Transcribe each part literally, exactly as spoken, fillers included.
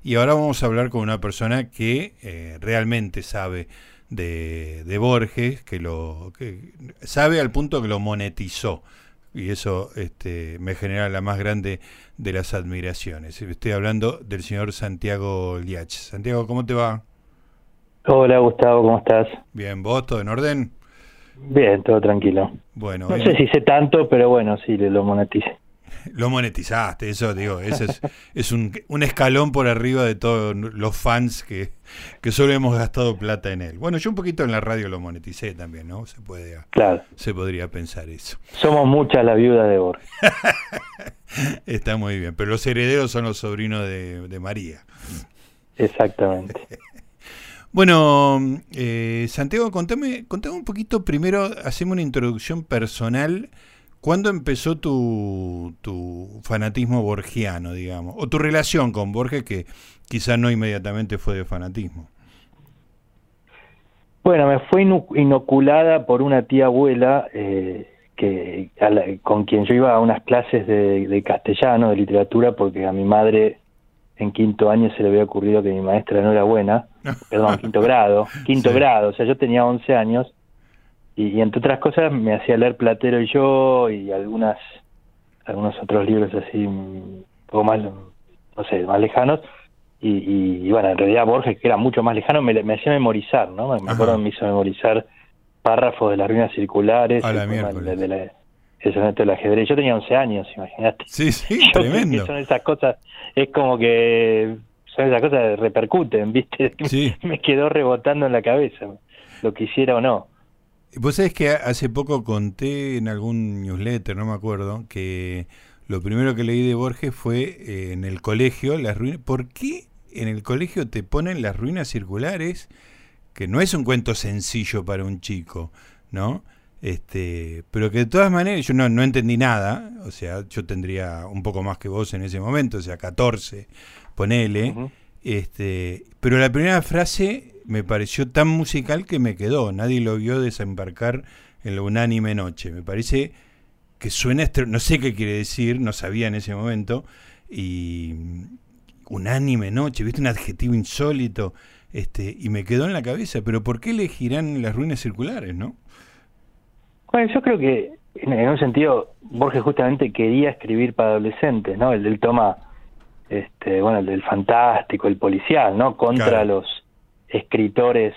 y ahora vamos a hablar con una persona que eh, realmente sabe de, de Borges, que lo que sabe al punto que lo monetizó, y eso este, me genera la más grande de las admiraciones. Estoy hablando del señor Santiago Liach. Santiago, ¿cómo te va? Hola Gustavo, ¿cómo estás? Bien, ¿vos todo en orden? Bien, todo tranquilo. Bueno, No hoy sé me- si sé tanto, pero bueno, sí, lo monetice. lo monetizaste, eso digo, ese es, es un, un escalón por arriba de todos los fans que, que solo hemos gastado plata en él. Bueno, yo un poquito en la radio lo moneticé también, ¿no? Se puede, Claro, se podría pensar eso. somos muchas las viudas de Borges. Está muy bien, pero los herederos son los sobrinos de, de María. Exactamente. Bueno, eh, Santiago, contame, contame un poquito, primero hacemos una introducción personal. ¿Cuándo empezó tu, tu fanatismo borgiano, digamos? O tu relación con Borges, que quizás no inmediatamente fue de fanatismo. Bueno, me fue inu- inoculada por una tía abuela eh, que a la- con quien yo iba a unas clases de, de castellano, de literatura, porque a mi madre en quinto año se le había ocurrido que mi maestra no era buena. Perdón, quinto grado, quinto Sí. grado, o sea, yo tenía once años. Y, y entre otras cosas me hacía leer Platero y yo y algunas algunos otros libros así un poco más, no sé, más lejanos. Y, y, y bueno, en realidad Borges, que era mucho más lejano, me, me hacía memorizar, ¿no? Me, me acuerdo que Ajá, me hizo memorizar párrafos de las ruinas circulares, a el la poema de, miércoles. de la, el soneto del ajedrez. Yo tenía once años, imagínate. Sí, sí, Yo creo que tremendo. son esas cosas, es como que son esas cosas que repercuten, ¿viste? Sí. Me quedó rebotando en la cabeza, lo quisiera o no. Vos sabés que hace poco conté en algún newsletter, no me acuerdo, que lo primero que leí de Borges fue eh, en el colegio, las ruinas. ¿Por qué en el colegio te ponen las ruinas circulares? Que no es un cuento sencillo para un chico, ¿no? Este, pero que de todas maneras yo no, no entendí nada, o sea, yo tendría un poco más que vos en ese momento, o sea, catorce, ponele, Ujú. este, pero la primera frase me pareció tan musical que me quedó, nadie lo vio desembarcar en la unánime noche, me parece que suena, estre- no sé qué quiere decir, no sabía en ese momento, y unánime noche, viste, un adjetivo insólito, este, y me quedó en la cabeza, pero ¿por qué elegirán las ruinas circulares, no? Bueno, yo creo que en, en un sentido Borges justamente quería escribir para adolescentes, ¿no? El del toma, este, bueno, el del fantástico, el policial, ¿no? Contra Claro, los escritores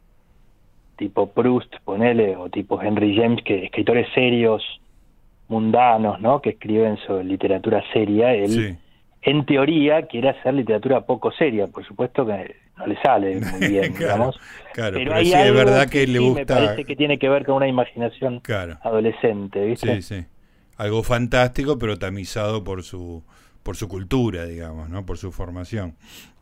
tipo Proust, ponele, o tipo Henry James, que escritores serios, mundanos, ¿no? Que escriben sobre literatura seria. Él, sí. en teoría, quiere hacer literatura poco seria. Por supuesto que no le sale muy bien, Claro, digamos. claro, Pero pero hay sí, es algo verdad que que le sí me gusta, parece que tiene que ver con una imaginación claro, adolescente, sí, ¿viste? sí, algo fantástico, pero tamizado por su, por su cultura, digamos, ¿no? Por su formación.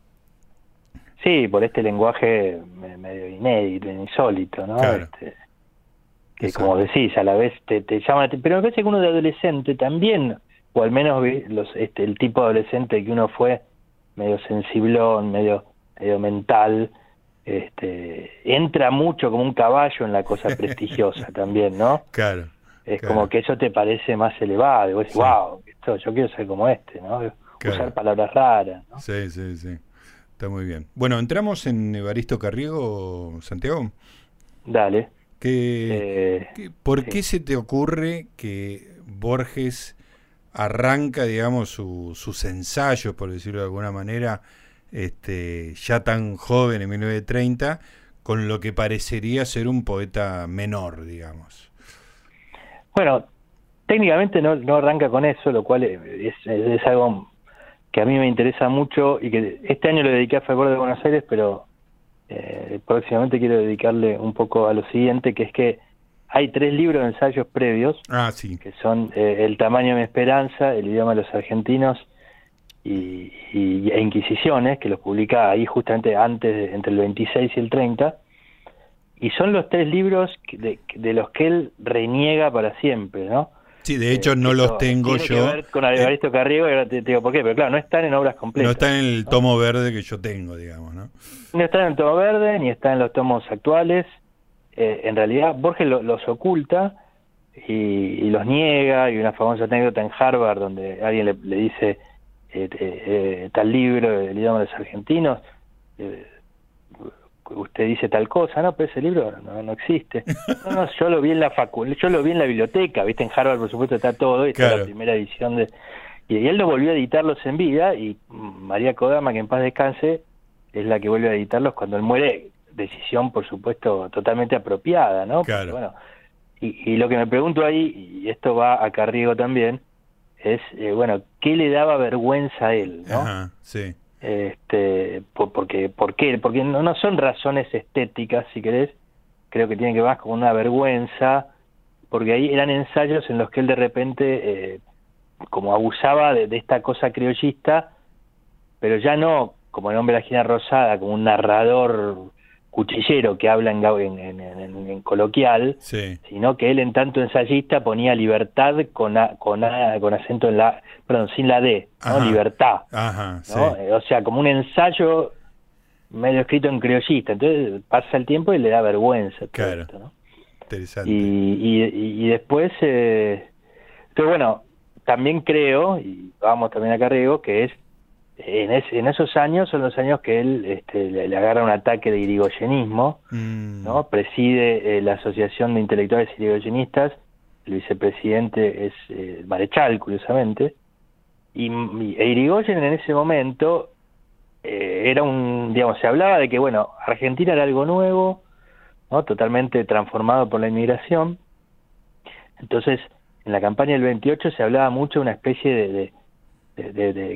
Sí, por este lenguaje me- medio inédito, insólito, ¿no? Claro, Este, que como exacto. decís, a la vez te, te llama, la aten- pero me parece que uno de adolescente también, o al menos vi- los, este, el tipo de adolescente que uno fue, medio sensiblón, medio, medio mental, este, entra mucho como un caballo en la cosa prestigiosa también, ¿no? Claro, Es como claro, que eso te parece más elevado, y vos decís, sí, wow, esto, yo quiero ser como este, ¿no? claro, Usar palabras raras, ¿no? sí, sí, sí, está muy bien. Bueno, entramos en Evaristo Carriego, Santiago. Dale. ¿Qué, Eh, qué- ¿Por sí. qué se te ocurre que Borges arranca, digamos, su- sus ensayos, por decirlo de alguna manera, este, ya tan joven, en mil novecientos treinta, con lo que parecería ser un poeta menor, digamos? Bueno, técnicamente no, no arranca con eso, lo cual es, es, es algo que a mí me interesa mucho y que este año lo dediqué a Favor de Buenos Aires, pero eh, próximamente quiero dedicarle un poco a lo siguiente, que es que hay tres libros de ensayos previos, Ah, sí, que son eh, El tamaño de mi esperanza, El idioma de los argentinos y, y e Inquisiciones, que los publica ahí justamente antes, de, entre el veintiséis y el treinta, y son los tres libros que- de, de los que él reniega para siempre, ¿no? sí, de hecho Eh, que no los eso tengo tiene que yo, ver con eh, Evaristo Carriego, y ahora te, te digo por qué, pero claro, no están en obras no completas, están en el ¿no? tomo verde que yo tengo, digamos, ¿no? No están en el tomo verde, ni están en los tomos actuales. Eh, en realidad, Borges lo- los oculta y, y los niega. Hay una famosa anécdota en Harvard donde alguien le, le dice, eh, eh, tal libro, El idioma de los argentinos, eh, usted dice tal cosa, no, pero ese libro no, no existe. No, no, yo lo vi en la facu yo lo vi en la biblioteca, viste, en Harvard por supuesto está todo, y está Claro. la primera edición de... Y él lo volvió a editarlos en vida, y María Kodama, que en paz descanse, es la que vuelve a editarlos cuando él muere, decisión por supuesto totalmente apropiada, ¿no? Claro. Porque, bueno, y, y lo que me pregunto ahí, y esto va a Carriego también, es, eh, bueno, ¿qué le daba vergüenza a él, no? Ajá, sí. Este, por, porque, ¿por qué? Porque no, no son razones estéticas, si querés, creo que tienen que ver más con una vergüenza, porque ahí eran ensayos en los que él de repente, eh, como abusaba de, de esta cosa criollista, pero ya no como el hombre de la esquina rosada, como un narrador cuchillero que habla en, en, en, en, en coloquial, Sí. sino que él en tanto ensayista ponía libertad con a, con a, con acento en la, perdón, sin la D, ¿no? Ajá. Libertad, Ajá, ¿no? sí. Eh, o sea, como un ensayo medio escrito en criollista. Entonces pasa el tiempo y le da vergüenza todo Claro. esto, ¿no? Interesante. Y, y, y después, eh, entonces bueno, también creo, y vamos también a Carriego, que es En, es, en esos años son los años que él este, le, le agarra un ataque de irigoyenismo, Mm. ¿no? Preside eh, la Asociación de Intelectuales Irigoyenistas, el vicepresidente es eh, Marechal, curiosamente, y, y e Irigoyen en ese momento eh, era un, digamos, se hablaba de que, bueno, Argentina era algo nuevo, ¿no? Totalmente transformado por la inmigración. Entonces, en la campaña del veintiocho se hablaba mucho de una especie de, de, de, de, de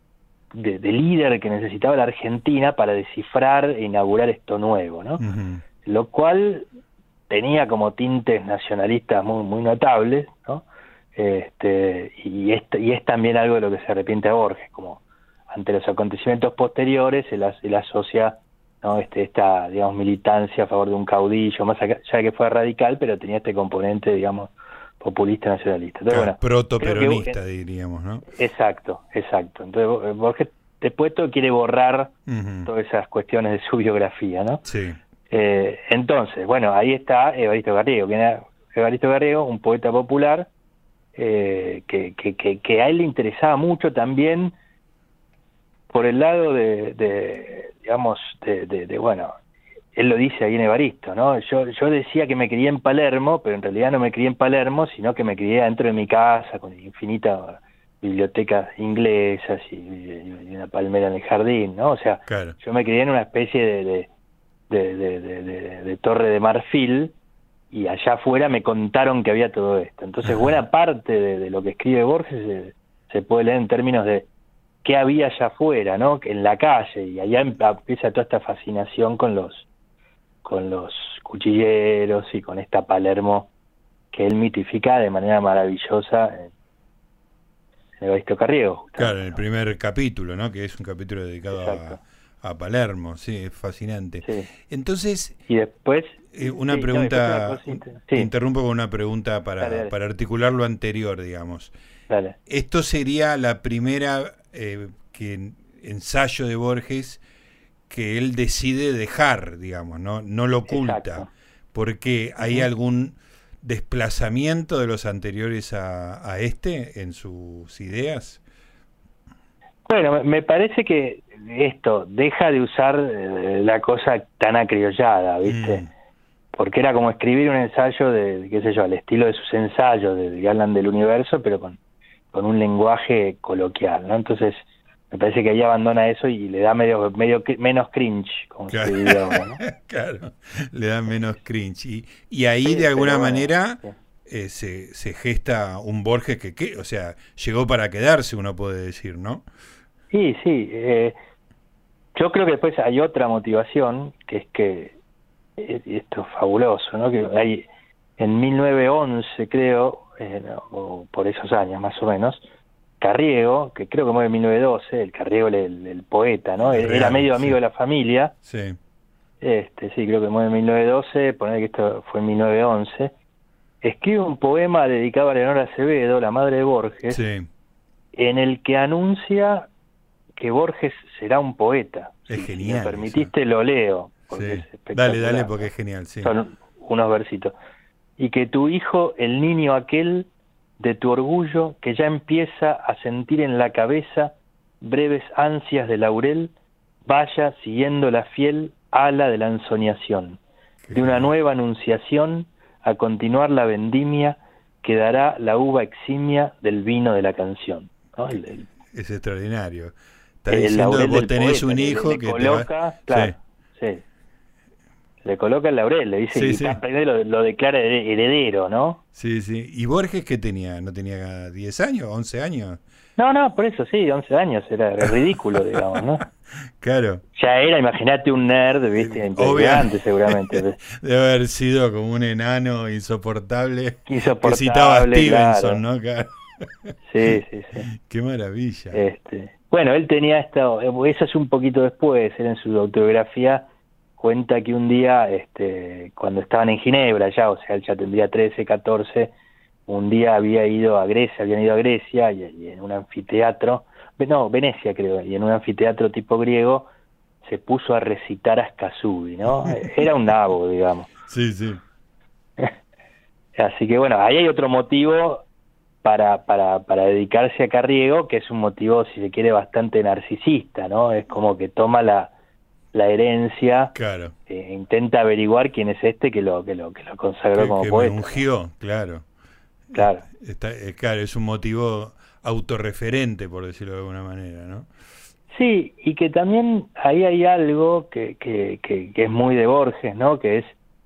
De, de líder que necesitaba la Argentina para descifrar e inaugurar esto nuevo, ¿no? Uh-huh. Lo cual tenía como tintes nacionalistas muy muy notables, ¿no? Este, y, es, y es también algo de lo que se arrepiente a Borges, como ante los acontecimientos posteriores él, él asocia, ¿no? este, esta, digamos, militancia a favor de un caudillo, más allá ya que fue radical, pero tenía este componente, digamos, populista nacionalista. Entonces, Claro, bueno, protoperonista, que, diríamos, ¿no? Exacto, exacto. Entonces Borges después todo quiere borrar uh-huh. todas esas cuestiones de su biografía, ¿no? Sí. Eh, entonces, bueno, ahí está Evaristo Garrigo, que era Evaristo Garrigo, un poeta popular, eh, que, que, que, que a él le interesaba mucho también por el lado de, de digamos, de, de, de, bueno, él lo dice ahí en Evaristo, ¿no? Yo, yo decía que me crié en Palermo, pero en realidad no me crié en Palermo, sino que me crié dentro de mi casa, con infinitas bibliotecas inglesas y, y una palmera en el jardín, ¿no? O sea, claro. Yo me crié en una especie de, de, de, de, de, de, de torre de marfil, y allá afuera me contaron que había todo esto. Entonces, Ajá. buena parte de, de lo que escribe Borges se, se puede leer en términos de qué había allá afuera, ¿no? En la calle, y allá empieza toda esta fascinación con los con los cuchilleros y con esta Palermo que él mitifica de manera maravillosa en, en Evaristo Carriego. Claro, en el primer capítulo, ¿no? Que es un capítulo dedicado a, a Palermo, sí, es fascinante. Sí. Entonces, y después eh, una sí, pregunta, no, sí. te interrumpo con una pregunta para, dale, dale. para articular lo anterior, digamos. Dale. Esto sería la primera eh, que ensayo de Borges que él decide dejar, digamos, no no lo oculta, Exacto. porque hay uh-huh. algún desplazamiento de los anteriores a, a este en sus ideas. Bueno, me parece que esto deja de usar eh, la cosa tan acriollada, ¿viste? Mm. Porque era como escribir un ensayo de, qué sé yo, al estilo de sus ensayos, de Galán del Universo, pero con, con un lenguaje coloquial, ¿no? Entonces, me parece que ahí abandona eso y le da medio medio menos cringe, como claro. se diría ahora, ¿no? Claro, le da menos cringe. Y, y ahí, sí, de alguna manera, bueno, sí. eh, se, se gesta un Borges que, que, o sea, llegó para quedarse, uno puede decir, ¿no? Sí, sí. Eh, yo creo que después hay otra motivación, que es que, eh, esto es fabuloso, ¿no? Que hay, en mil novecientos once, creo, eh, no, o por esos años más o menos, Carriego, que creo que muere en mil novecientos doce, el Carriego, el, el poeta, ¿no? Real, era medio amigo sí. de la familia. Sí. Este, sí, creo que muere en mil novecientos doce, poner que esto fue en mil novecientos once. Escribe un poema dedicado a Leonor Acevedo, la madre de Borges, sí. en el que anuncia que Borges será un poeta. Es si, genial. Si me permitiste, eso. Lo leo. Porque sí. es espectacular. Dale, dale, porque es genial, sí. Son unos versitos. Y que tu hijo, el niño aquel, de tu orgullo, que ya empieza a sentir en la cabeza breves ansias de laurel, vaya siguiendo la fiel ala de la ensoñación, de una nueva anunciación, a continuar la vendimia, que dará la uva eximia del vino de la canción, ¿no? El, el, es extraordinario. Está el diciendo que vos tenés poeta, un le, hijo le que coloca, te va... claro, sí. sí. Le coloca el laurel, le dice, sí, y sí. lo, lo declara heredero, ¿no? Sí, sí. ¿Y Borges qué tenía? ¿No tenía diez años, once años? No, no, por eso sí, once años, era ridículo, digamos, ¿no? Claro. Ya era, imagínate un nerd, viste, impresionante seguramente. Debe haber sido como un enano insoportable, insoportable que citaba a Stevenson, claro. ¿no? Claro. Sí, sí, sí. Qué maravilla. Este, bueno, él tenía esto, eso es un poquito después, él en su autobiografía cuenta que un día, este, cuando estaban en Ginebra ya, o sea, él ya tendría trece, catorce, un día había ido a Grecia, habían ido a Grecia y, y en un anfiteatro, no, Venecia creo, y en un anfiteatro tipo griego se puso a recitar a Ascasubi, ¿no? Era un nabo, digamos. Sí, sí. Así que bueno, ahí hay otro motivo para, para, para dedicarse a Carriego, que es un motivo, si se quiere, bastante narcisista, ¿no? Es como que toma la, la herencia, claro. e intenta averiguar quién es este que lo que lo, que lo consagró que, como que poeta. Me ungió, claro. Claro. Está, claro, es un motivo autorreferente, por decirlo de alguna manera, ¿no? Sí, y que también ahí hay algo que, que, que, que es muy de Borges, ¿no? Que es,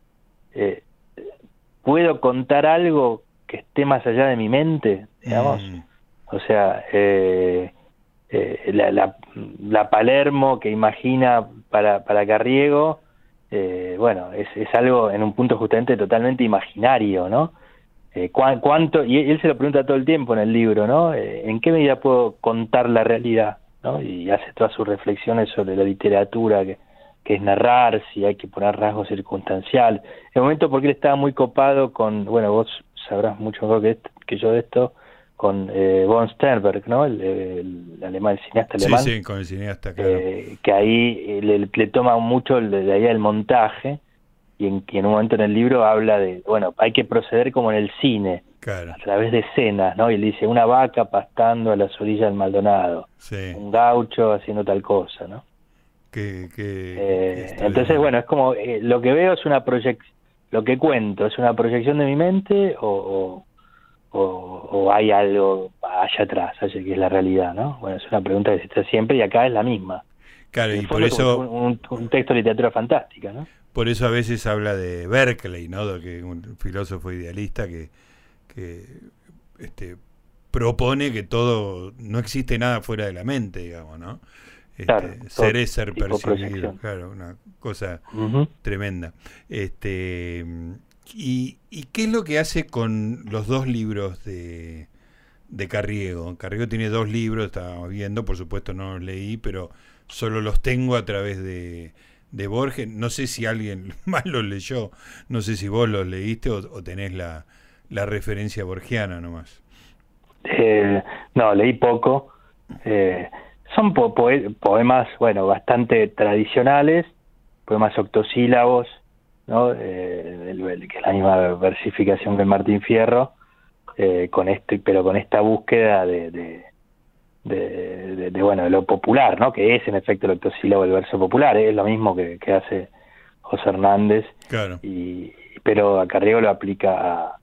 eh, puedo contar algo que esté más allá de mi mente, digamos. Mm. O sea, eh, eh, la, la, la Palermo que imagina para, para Carriego, eh, bueno, es, es algo en un punto justamente totalmente imaginario, ¿no? Eh, ¿cu ¿Cuánto? Y él se lo pregunta todo el tiempo en el libro, ¿no? Eh, ¿En qué medida puedo contar la realidad? ¿No? Y hace todas sus reflexiones sobre la literatura, que, que es narrar, si hay que poner rasgos circunstanciales. En el momento porque él estaba muy copado con, bueno, vos sabrás mucho mejor que, que yo de esto, con eh, von Sternberg, ¿no? El, el, el alemán, el cineasta alemán. Sí, sí, con el cineasta, claro. Eh, que ahí le, le toma mucho de la idea del montaje, y en, y en un momento en el libro habla de, bueno, hay que proceder como en el cine, claro. a través de escenas, ¿no? Y le dice, una vaca pastando a las orillas del Maldonado, sí. un gaucho haciendo tal cosa, ¿no? Que, que, eh, que entonces, bueno, es como, eh, lo que veo es una proyección, lo que cuento, ¿es una proyección de mi mente o, o, o, o hay algo allá atrás, allá que es la realidad, ¿no? Bueno, es una pregunta que se está siempre y acá es la misma. Claro, y por eso... Un, un, un texto de literatura fantástica, ¿no? Por eso a veces habla de Berkeley, ¿no? Que es un filósofo idealista que, que este, propone que todo, no existe nada fuera de la mente, digamos, ¿no? Este, claro, ser es ser percibido, claro, una cosa uh-huh. tremenda. Este, y, ¿Y qué es lo que hace con los dos libros de, de Carriego? Carriego tiene dos libros, estábamos viendo, por supuesto no los leí, pero solo los tengo a través de... de Borges, no sé si alguien más los leyó, no sé si vos los leíste o, o tenés la, la referencia borgiana nomás. Eh, no, leí poco. Eh, son po poe poemas, bueno, bastante tradicionales, poemas octosílabos, ¿no? Eh, el, el, que es la misma versificación que el Martín Fierro, eh, con este, pero con esta búsqueda de... de De, de, de bueno de lo popular, ¿no? Que es en efecto el octosílabo del verso popular, ¿eh? Es lo mismo que, que hace José Hernández, claro. y pero a Carriego lo aplica a,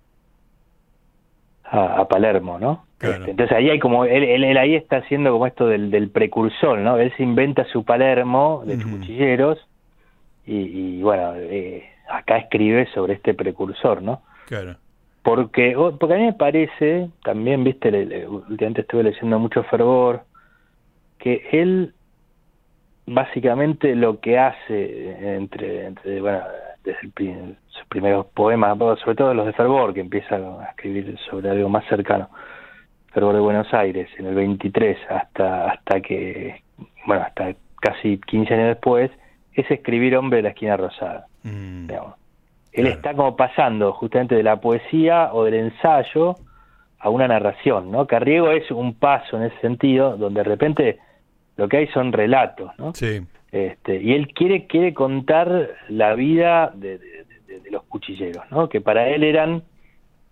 a, a Palermo, ¿no? Claro. Este, entonces ahí hay como él, él, él ahí está haciendo como esto del, del precursor, ¿no? Él se inventa su Palermo de uh-huh. cuchilleros y, y bueno eh, acá escribe sobre este precursor, ¿no? Claro. Porque, porque a mí me parece, también, viste, le, le, últimamente estuve leyendo mucho fervor, que él básicamente lo que hace entre, entre bueno, desde el, sus primeros poemas, sobre todo los de fervor, que empieza a escribir sobre algo más cercano, Fervor de Buenos Aires, en el veintitrés, hasta hasta que, bueno, hasta casi quince años después, es escribir Hombre de la Esquina Rosada, mm. digamos. Él claro. está como pasando justamente de la poesía o del ensayo a una narración, ¿no? Carriego es un paso en ese sentido, donde de repente lo que hay son relatos, ¿no? Sí. Este, y él quiere quiere contar la vida de, de, de, de los cuchilleros, ¿no? Que para él eran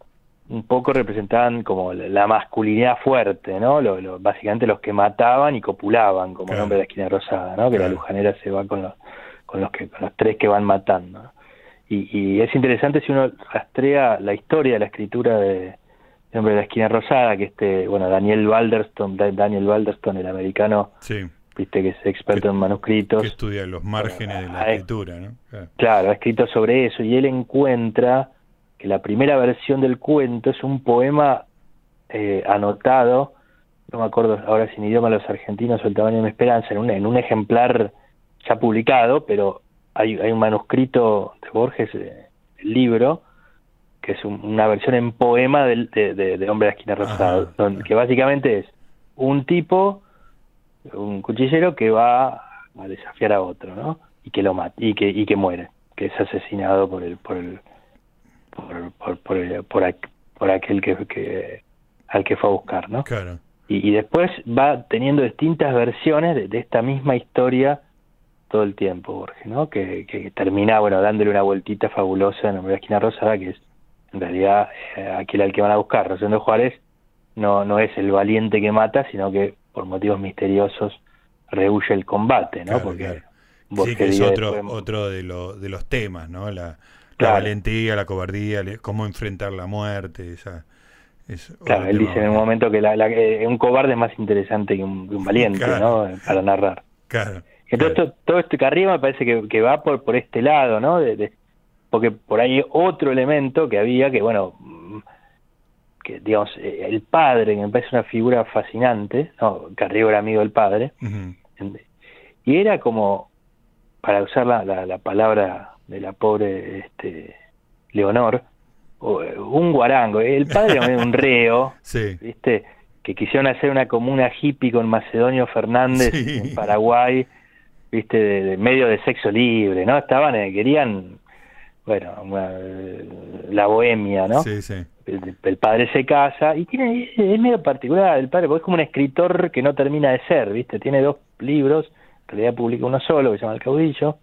un poco representaban como la masculinidad fuerte, ¿no? Lo, lo, básicamente los que mataban y copulaban, como claro. el hombre de la esquina rosada, ¿no? Que claro. La lujanera se va con los, con los que, con los tres que van matando, ¿no? Y, y es interesante si uno rastrea la historia de la escritura de, de Hombre de la Esquina Rosada, que este, bueno, Daniel Balderston, Daniel Balderston, el americano, sí. viste que es experto que, en manuscritos. Que estudia los márgenes bueno, de la ha, escritura, ¿no? Claro. claro, ha escrito sobre eso, y él encuentra que la primera versión del cuento es un poema eh, anotado, no me acuerdo ahora si en idioma de los argentinos o el tamaño de mi esperanza, en un, en un ejemplar ya publicado, pero Hay, hay un manuscrito de Borges, eh, el libro, que es un, una versión en poema del, de, de, de Hombre de la Esquina Rosada, ajá, donde, que básicamente es un tipo, un cuchillero que va a desafiar a otro, ¿no? Y que lo mata, y que, y que muere, que es asesinado por el, por el, por, por, por, el, por, aqu, por aquel que, que al que fue a buscar, ¿no? Claro. Y, y después va teniendo distintas versiones de, de esta misma historia todo el tiempo, Borges, ¿no? Que, que termina, bueno, dándole una vueltita fabulosa en Hombre de la Esquina Rosada, que es, en realidad, eh, aquel al que van a buscar. Rosendo Juárez no, no es el valiente que mata, sino que, por motivos misteriosos, rehúye el combate, ¿no? Claro, Porque claro. Borges sí, que es otro, después... otro de, lo, de los temas, ¿no? La, claro. la valentía, la cobardía, cómo enfrentar la muerte, esa... Es claro, él dice en un momento que la, la, eh, un cobarde es más interesante que un, que un valiente, claro. ¿no? Para narrar. Claro. Entonces claro. todo, todo esto que arriba me parece que, que va por por este lado, ¿no? De, de, porque por ahí otro elemento que había, que bueno, que digamos, el padre, que me parece una figura fascinante, ¿no? Carriego era amigo del padre, uh-huh. y era como, para usar la, la, la palabra de la pobre este Leonor, un guarango. El padre era un reo, sí. ¿viste? Que quisieron hacer una comuna hippie con Macedonio Fernández sí. en Paraguay, viste, de, de medio de sexo libre, ¿no? Estaban, eh, querían, bueno, una, la bohemia, ¿no? Sí, sí. El, el padre se casa y tiene, es medio particular el padre, porque es como un escritor que no termina de ser, viste, tiene dos libros, en realidad publica uno solo, que se llama El Caudillo,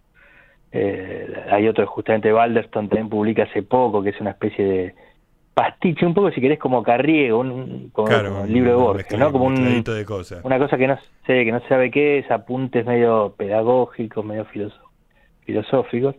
eh, hay otro, justamente Balderston también publica hace poco, que es una especie de pastiche, un poco si querés como Carriego, un, como, claro, como el libro de Borges, mezcla, ¿no? Como un, de cosas. una cosa que no sé, que no se sabe qué es, apuntes medio pedagógicos, medio filosóficos,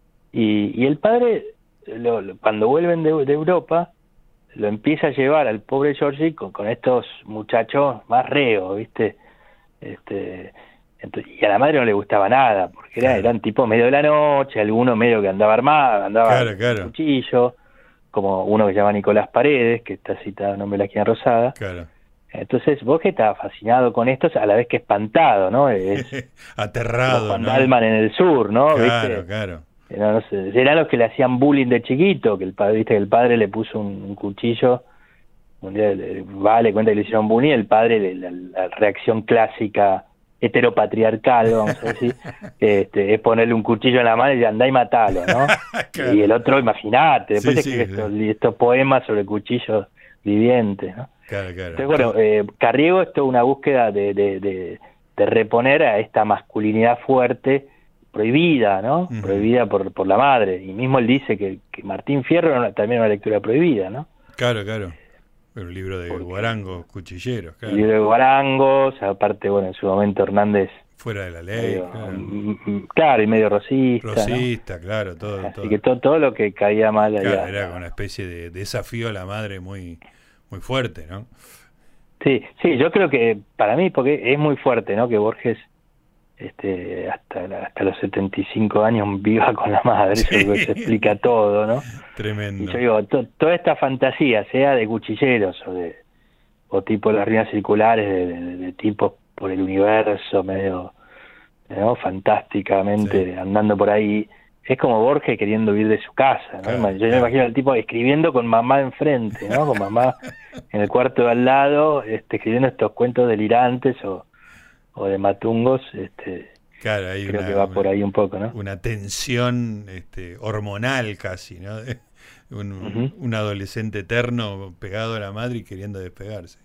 y, y el padre, lo, lo, cuando vuelven de, de Europa, lo empieza a llevar al pobre Georgie con, con estos muchachos más reos, ¿viste? Este, entonces, y a la madre no le gustaba nada, porque era, claro. eran tipos medio de la noche, alguno medio que andaba armado, andaba claro, con claro. cuchillo, como uno que se llama Nicolás Paredes, que está citado en Hombre de la Esquina Rosada. Claro. Entonces Borges estaba fascinado con estos, a la vez que espantado, ¿no? Es, aterrado, Juan ¿no? Dalman en el sur, ¿no? Claro, ¿viste? claro. No, no sé, eran los que le hacían bullying de chiquito, que el padre, viste, que el padre le puso un, un cuchillo, un día le, va, le cuenta que le hicieron bullying, el padre, le, la, la reacción clásica heteropatriarcal, vamos a decir, este, es ponerle un cuchillo en la mano y decir, andá y matalo, ¿no? Claro. Y el otro, imagínate, después sí, escribe sí, estos, sí. estos poemas sobre cuchillos vivientes, ¿no? Claro, claro. Entonces, bueno, eh, Carriego es toda una búsqueda de, de, de, de reponer a esta masculinidad fuerte, prohibida, ¿no? Uh-huh. Prohibida por, por la madre. Y mismo él dice que, que Martín Fierro era una, también una lectura prohibida, ¿no? Claro, claro. Un libro de Porque, guarangos, cuchilleros, claro. Un libro de guarangos, aparte, bueno, en su momento Hernández... Fuera de la ley, medio, claro. M- claro, y medio rosista. Rosista, ¿no? claro, todo. Así todo. que todo, todo lo que caía mal allá. Claro, era una especie de desafío a la madre muy, muy fuerte, ¿no? Sí, sí, yo creo que para mí, porque es muy fuerte, ¿no? Que Borges este hasta hasta los setenta y cinco años viva con la madre, sí. Eso se explica todo, ¿no? Tremendo. Y yo digo, to, toda esta fantasía, sea de cuchilleros o de o tipo las ruinas circulares, de, de, de tipos por el universo, medio, ¿no? Fantásticamente, sí. Andando por ahí, es como Borges queriendo huir de su casa, ¿no? Claro, yo claro. Me imagino al tipo escribiendo con mamá enfrente, ¿no? Con mamá en el cuarto de al lado, este, escribiendo estos cuentos delirantes o o de matungos, este, claro, hay creo una, que va por ahí un poco, ¿no? Una tensión este, hormonal casi, ¿no? Un, uh-huh. un adolescente eterno pegado a la madre y queriendo despegarse.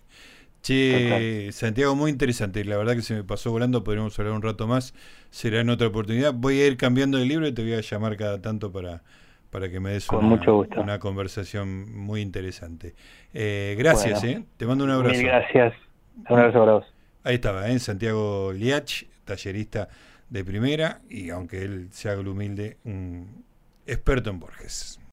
Che, okay. Santiago, muy interesante, la verdad que se me pasó volando, podríamos hablar un rato más, será en otra oportunidad. Voy a ir cambiando de libro y te voy a llamar cada tanto para, para que me des Con una, mucho gusto. una conversación muy interesante. Eh, gracias, Bueno, eh. Te mando un abrazo. mil gracias. Un abrazo para vos. Ahí estaba, ¿eh? Santiago Liach, tallerista de primera, y aunque él se haga el humilde, un experto en Borges.